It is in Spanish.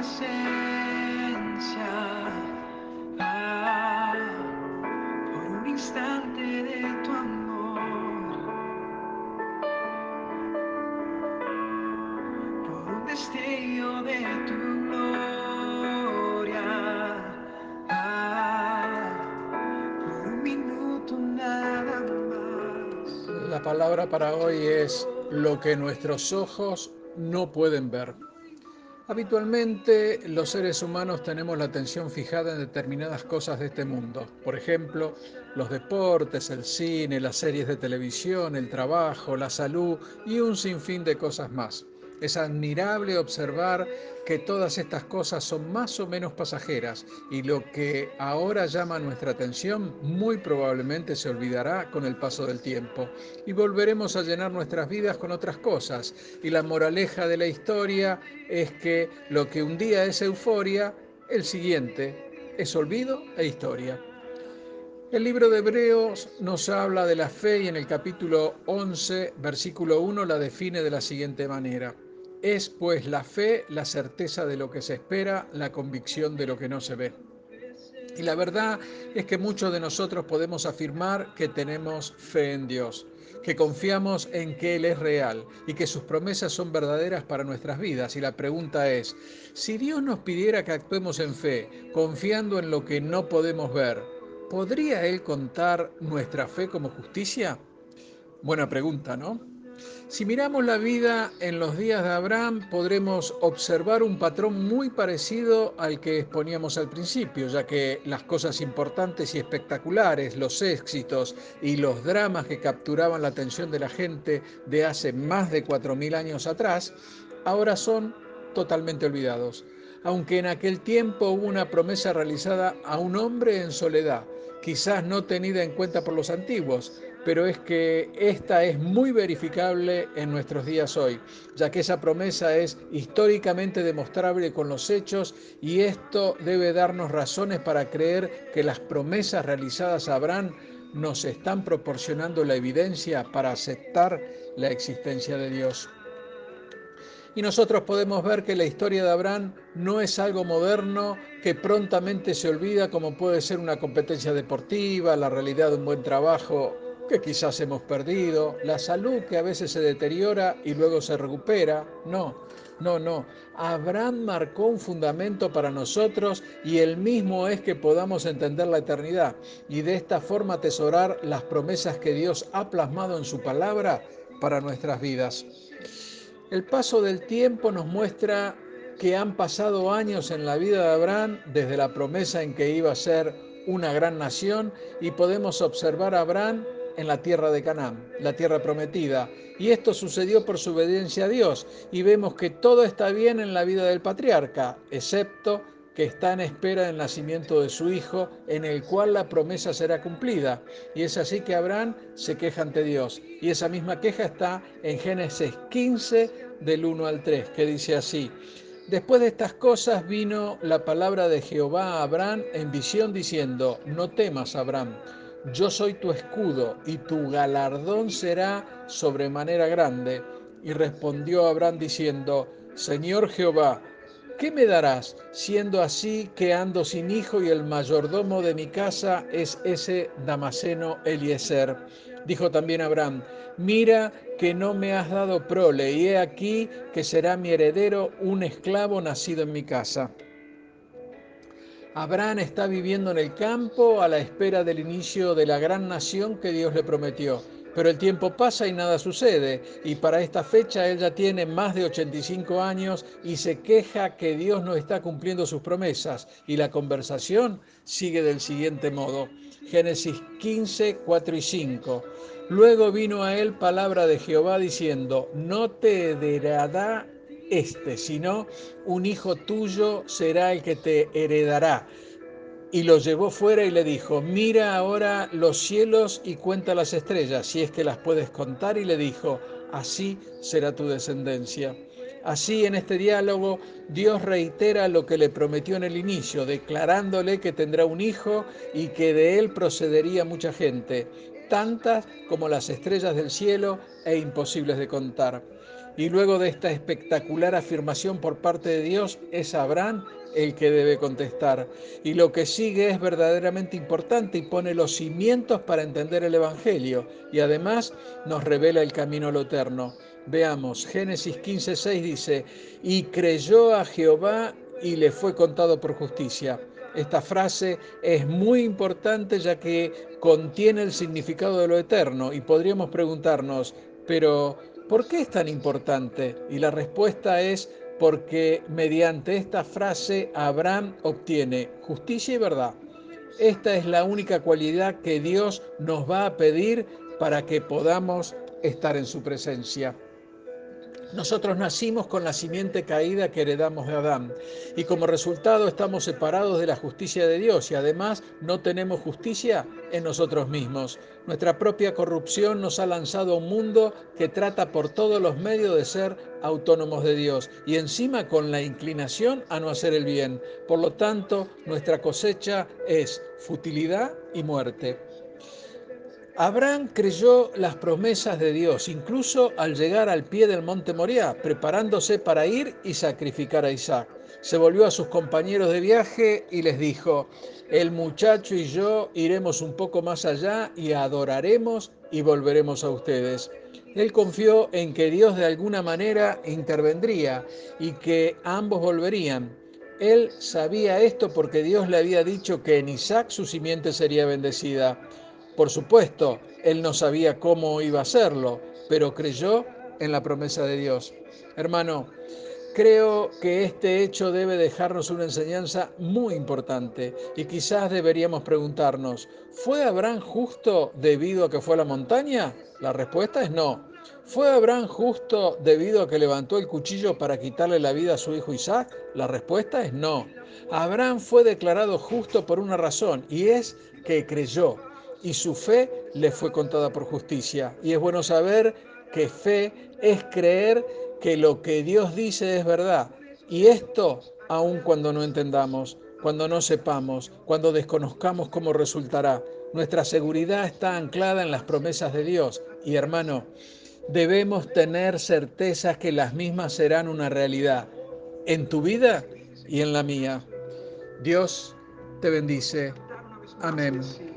ah, por un instante de tu amor, por un destello de tu gloria, por un minuto nada más. La palabra para hoy es lo que nuestros ojos no pueden ver. Habitualmente los seres humanos tenemos la atención fijada en determinadas cosas de este mundo. Por ejemplo, los deportes, el cine, las series de televisión, el trabajo, la salud y un sinfín de cosas más. Es admirable observar que todas estas cosas son más o menos pasajeras y lo que ahora llama nuestra atención muy probablemente se olvidará con el paso del tiempo y volveremos a llenar nuestras vidas con otras cosas. Y la moraleja de la historia es que lo que un día es euforia, el siguiente es olvido e historia. El libro de Hebreos nos habla de la fe y en el capítulo 11, versículo 1, la define de la siguiente manera. Es pues la fe la certeza de lo que se espera, la convicción de lo que no se ve. Y la verdad es que muchos de nosotros podemos afirmar que tenemos fe en Dios, que confiamos en que Él es real y que sus promesas son verdaderas para nuestras vidas. Y la pregunta es, si Dios nos pidiera que actuemos en fe, confiando en lo que no podemos ver, ¿podría Él contar nuestra fe como justicia? Buena pregunta, ¿no? Si miramos la vida en los días de Abraham, podremos observar un patrón muy parecido al que exponíamos al principio, ya que las cosas importantes y espectaculares, los éxitos y los dramas que capturaban la atención de la gente de hace más de 4000 años atrás, ahora son totalmente olvidados. Aunque en aquel tiempo hubo una promesa realizada a un hombre en soledad, quizás no tenida en cuenta por los antiguos, pero es que esta es muy verificable en nuestros días hoy, ya que esa promesa es históricamente demostrable con los hechos y esto debe darnos razones para creer que las promesas realizadas a Abraham nos están proporcionando la evidencia para aceptar la existencia de Dios. Y nosotros podemos ver que la historia de Abraham no es algo moderno que prontamente se olvida, como puede ser una competencia deportiva, la realidad de un buen trabajo que quizás hemos perdido, la salud que a veces se deteriora y luego se recupera. No, no, no. Abraham marcó un fundamento para nosotros y el mismo es que podamos entender la eternidad y de esta forma atesorar las promesas que Dios ha plasmado en su palabra para nuestras vidas. El paso del tiempo nos muestra que han pasado años en la vida de Abraham desde la promesa en que iba a ser una gran nación y podemos observar a Abraham en la tierra de Canaán, la tierra prometida. Y esto sucedió por su obediencia a Dios y vemos que todo está bien en la vida del patriarca, excepto que está en espera del nacimiento de su hijo, en el cual la promesa será cumplida. Y es así que Abraham se queja ante Dios. Y esa misma queja está en Génesis 15, del 1 al 3, que dice así. Después de estas cosas vino la palabra de Jehová a Abraham en visión diciendo, no temas, Abraham, yo soy tu escudo y tu galardón será sobremanera grande. Y respondió Abraham diciendo, Señor Jehová, ¿qué me darás, siendo así que ando sin hijo y el mayordomo de mi casa es ese Damaseno Eliezer? Dijo también Abraham, mira que no me has dado prole, y he aquí que será mi heredero un esclavo nacido en mi casa. Abraham está viviendo en el campo a la espera del inicio de la gran nación que Dios le prometió. Pero el tiempo pasa y nada sucede, y para esta fecha él ya tiene más de 85 años y se queja que Dios no está cumpliendo sus promesas. Y la conversación sigue del siguiente modo. Génesis 15, 4 y 5. Luego vino a él palabra de Jehová diciendo, no te heredará sino un hijo tuyo será el que te heredará. Y lo llevó fuera y le dijo, mira ahora los cielos y cuenta las estrellas, si es que las puedes contar. Y le dijo, así será tu descendencia. Así en este diálogo Dios reitera lo que le prometió en el inicio, declarándole que tendrá un hijo y que de él procedería mucha gente, tantas como las estrellas del cielo e imposibles de contar. Y luego de esta espectacular afirmación por parte de Dios, es Abraham el que debe contestar. Y lo que sigue es verdaderamente importante y pone los cimientos para entender el Evangelio. Y además nos revela el camino a lo eterno. Veamos, Génesis 15:6 dice, y creyó a Jehová y le fue contado por justicia. Esta frase es muy importante ya que contiene el significado de lo eterno y podríamos preguntarnos, pero ¿por qué es tan importante? Y la respuesta es porque mediante esta frase Abraham obtiene justicia y verdad. Esta es la única cualidad que Dios nos va a pedir para que podamos estar en su presencia. Nosotros nacimos con la simiente caída que heredamos de Adán y como resultado estamos separados de la justicia de Dios y además no tenemos justicia en nosotros mismos. Nuestra propia corrupción nos ha lanzado a un mundo que trata por todos los medios de ser autónomos de Dios y encima con la inclinación a no hacer el bien. Por lo tanto, nuestra cosecha es futilidad y muerte. Abraham creyó las promesas de Dios, incluso al llegar al pie del monte Moriah, preparándose para ir y sacrificar a Isaac. Se volvió a sus compañeros de viaje y les dijo, el muchacho y yo iremos un poco más allá y adoraremos y volveremos a ustedes. Él confió en que Dios de alguna manera intervendría y que ambos volverían. Él sabía esto porque Dios le había dicho que en Isaac su simiente sería bendecida. Por supuesto, él no sabía cómo iba a hacerlo, pero creyó en la promesa de Dios. Hermano, creo que este hecho debe dejarnos una enseñanza muy importante y quizás deberíamos preguntarnos, ¿fue Abraham justo debido a que fue a la montaña? La respuesta es no. ¿Fue Abraham justo debido a que levantó el cuchillo para quitarle la vida a su hijo Isaac? La respuesta es no. Abraham fue declarado justo por una razón y es que creyó y su fe le fue contada por justicia. Y es bueno saber que fe es creer que lo que Dios dice es verdad. Y esto aun cuando no entendamos, cuando no sepamos, cuando desconozcamos cómo resultará. Nuestra seguridad está anclada en las promesas de Dios. Y hermano, debemos tener certezas que las mismas serán una realidad en tu vida y en la mía. Dios te bendice. Amén.